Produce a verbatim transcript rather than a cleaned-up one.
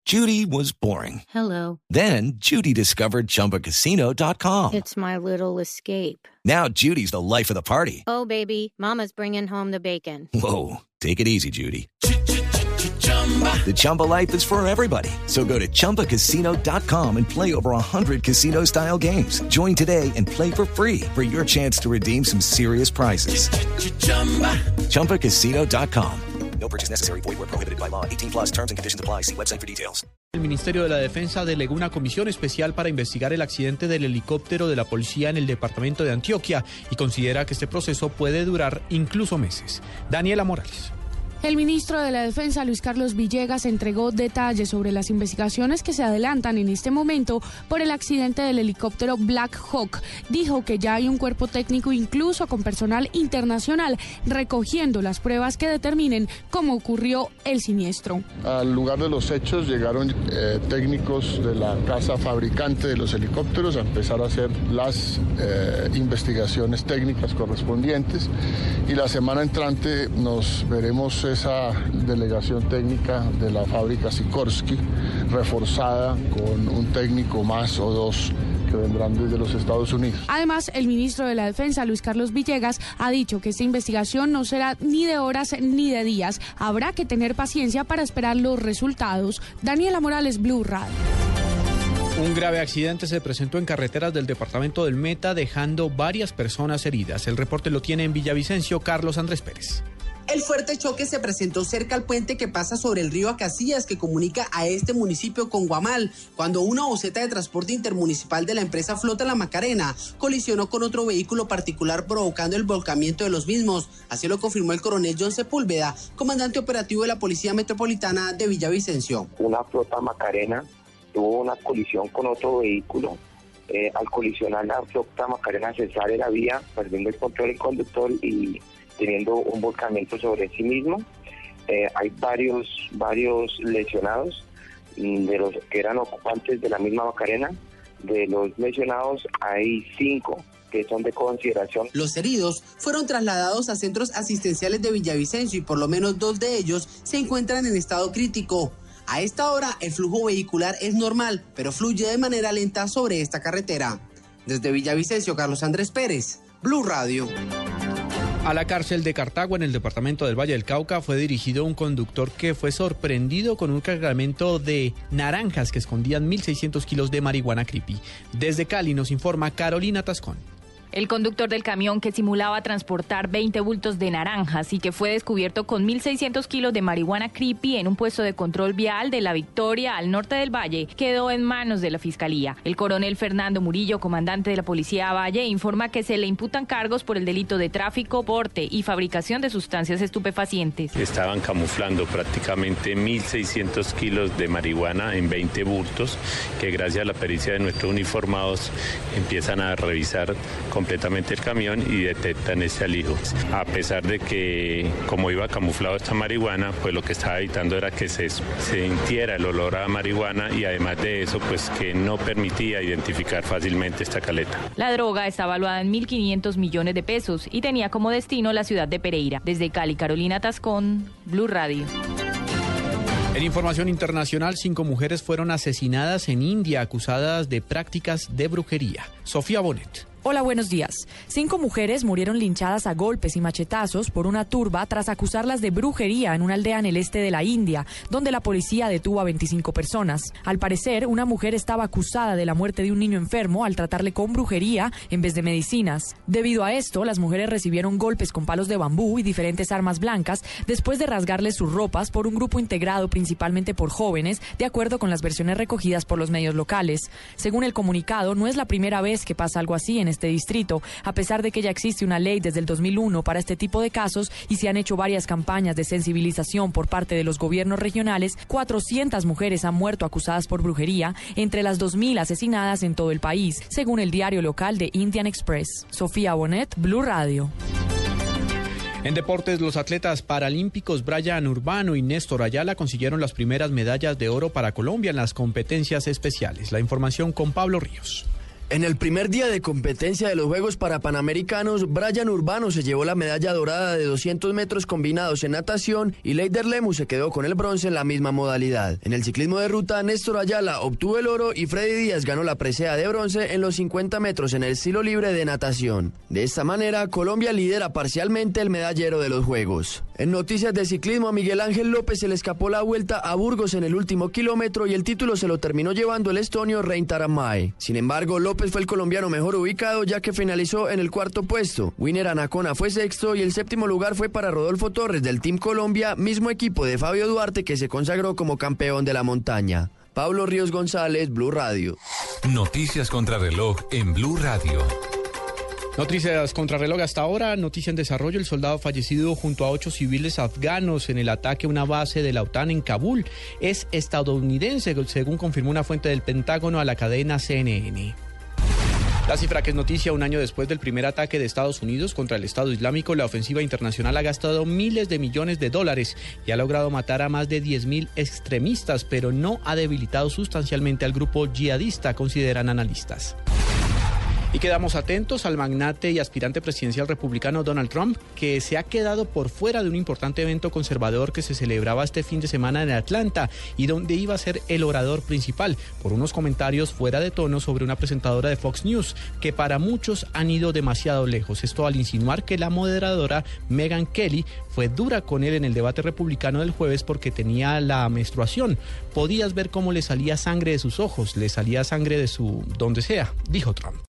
Judy was boring. Hello. Then Judy discovered Chumba Casino dot com. It's my little escape. Now Judy's the life of the party. Oh, baby, mama's bringing home the bacon. Whoa, take it easy, Judy. The Chumba life is for everybody. So go to Chumba Casino dot com and play over one hundred casino-style games. Join today and play for free for your chance to redeem some serious prizes. Chumba Casino dot com. No purchase necessary. Void where prohibited by law. eighteen plus terms and conditions apply. See website for details. El Ministerio de la Defensa delegó una comisión especial para investigar el accidente del helicóptero de la policía en el departamento de Antioquia y considera que este proceso puede durar incluso meses. Daniela Morales. El ministro de la Defensa, Luis Carlos Villegas, entregó detalles sobre las investigaciones que se adelantan en este momento por el accidente del helicóptero Black Hawk. Dijo que ya hay un cuerpo técnico, incluso con personal internacional, recogiendo las pruebas que determinen cómo ocurrió el siniestro. Al lugar de los hechos llegaron eh, técnicos de la casa fabricante de los helicópteros a empezar a hacer las eh, investigaciones técnicas correspondientes y la semana entrante nos veremos esa delegación técnica de la fábrica Sikorsky, reforzada con un técnico más o dos que vendrán desde los Estados Unidos. Además, el ministro de la Defensa, Luis Carlos Villegas, ha dicho que esta investigación no será ni de horas ni de días. Habrá que tener paciencia para esperar los resultados. Daniela Morales, Blue Radio. Un grave accidente se presentó en carreteras del departamento del Meta, dejando varias personas heridas. El reporte lo tiene en Villavicencio Carlos Andrés Pérez. El fuerte choque se presentó cerca al puente que pasa sobre el río Acacias, que comunica a este municipio con Guamal, cuando una buseta de transporte intermunicipal de la empresa Flota La Macarena colisionó con otro vehículo particular, provocando el volcamiento de los mismos. Así lo confirmó el coronel John Sepúlveda, comandante operativo de la Policía Metropolitana de Villavicencio. Una Flota Macarena tuvo una colisión con otro vehículo. Eh, al colisionar, la Flota Macarena se sale de la vía, perdiendo el control del conductor y teniendo un volcamiento sobre sí mismo. Eh, hay varios varios lesionados de los que eran ocupantes de la misma Macarena. De los lesionados hay cinco que son de consideración. Los heridos fueron trasladados a centros asistenciales de Villavicencio y por lo menos dos de ellos se encuentran en estado crítico. A esta hora el flujo vehicular es normal, pero fluye de manera lenta sobre esta carretera. Desde Villavicencio, Carlos Andrés Pérez, Blue Radio. A la cárcel de Cartago, en el departamento del Valle del Cauca, fue dirigido un conductor que fue sorprendido con un cargamento de naranjas que escondían mil seiscientos kilos de marihuana creepy. Desde Cali nos informa Carolina Tascón. El conductor del camión, que simulaba transportar veinte bultos de naranjas y que fue descubierto con mil seiscientos kilos de marihuana creepy en un puesto de control vial de La Victoria, al norte del Valle, quedó en manos de la Fiscalía. El coronel Fernando Murillo, comandante de la Policía Valle, informa que se le imputan cargos por el delito de tráfico, porte y fabricación de sustancias estupefacientes. Estaban camuflando prácticamente mil seiscientos kilos de marihuana en veinte bultos, que gracias a la pericia de nuestros uniformados empiezan a revisar completamente el camión y detectan ese alijo. A pesar de que, como iba camuflado esta marihuana, pues lo que estaba evitando era que se sintiera el olor a marihuana y además de eso, pues que no permitía identificar fácilmente esta caleta. La droga está valuada en mil quinientos millones de pesos y tenía como destino la ciudad de Pereira. Desde Cali, Carolina Tascón, Blue Radio. En información internacional, cinco mujeres fueron asesinadas en India acusadas de prácticas de brujería. Sofía Bonet. Hola, buenos días. Cinco mujeres murieron linchadas a golpes y machetazos por una turba tras acusarlas de brujería en una aldea en el este de la India, donde la policía detuvo a veinticinco personas. Al parecer, una mujer estaba acusada de la muerte de un niño enfermo al tratarle con brujería en vez de medicinas. Debido a esto, las mujeres recibieron golpes con palos de bambú y diferentes armas blancas después de rasgarles sus ropas por un grupo integrado principalmente por jóvenes, de acuerdo con las versiones recogidas por los medios locales. Según el comunicado, no es la primera vez que pasa algo así en este distrito, a pesar de que ya existe una ley desde el dos mil uno para este tipo de casos y se han hecho varias campañas de sensibilización por parte de los gobiernos regionales. cuatrocientas mujeres han muerto acusadas por brujería, entre las dos mil asesinadas en todo el país, según el diario local de Indian Express. Sofía Bonet, Blue Radio. En deportes, los atletas paralímpicos Brian Urbano y Néstor Ayala consiguieron las primeras medallas de oro para Colombia en las competencias especiales. La información con Pablo Ríos. En el primer día de competencia de los Juegos Parapanamericanos, Brian Urbano se llevó la medalla dorada de doscientos metros combinados en natación y Leider Lemus se quedó con el bronce en la misma modalidad. En el ciclismo de ruta, Néstor Ayala obtuvo el oro y Freddy Díaz ganó la presea de bronce en los cincuenta metros en el estilo libre de natación. De esta manera, Colombia lidera parcialmente el medallero de los Juegos. En noticias de ciclismo, a Miguel Ángel López se le escapó la vuelta a Burgos en el último kilómetro y el título se lo terminó llevando el estonio Rein Taaramäe. Sin embargo, López fue el colombiano mejor ubicado ya que finalizó en el cuarto puesto. Winner Anacona fue sexto y el séptimo lugar fue para Rodolfo Torres del Team Colombia, mismo equipo de Fabio Duarte que se consagró como campeón de la montaña. Pablo Ríos González, Blue Radio. Noticias contra reloj en Blue Radio. Noticias contrarreloj hasta ahora, noticia en desarrollo, el soldado fallecido junto a ocho civiles afganos en el ataque a una base de la OTAN en Kabul es estadounidense, según confirmó una fuente del Pentágono a la cadena C N N. La cifra que es noticia, un año después del primer ataque de Estados Unidos contra el Estado Islámico, la ofensiva internacional ha gastado miles de millones de dólares y ha logrado matar a más de diez mil extremistas, pero no ha debilitado sustancialmente al grupo yihadista, consideran analistas. Y quedamos atentos al magnate y aspirante presidencial republicano Donald Trump, que se ha quedado por fuera de un importante evento conservador que se celebraba este fin de semana en Atlanta y donde iba a ser el orador principal, por unos comentarios fuera de tono sobre una presentadora de Fox News, que para muchos han ido demasiado lejos. Esto al insinuar que la moderadora Megyn Kelly fue dura con él en el debate republicano del jueves porque tenía la menstruación. Podías ver cómo le salía sangre de sus ojos, le salía sangre de su donde sea, dijo Trump.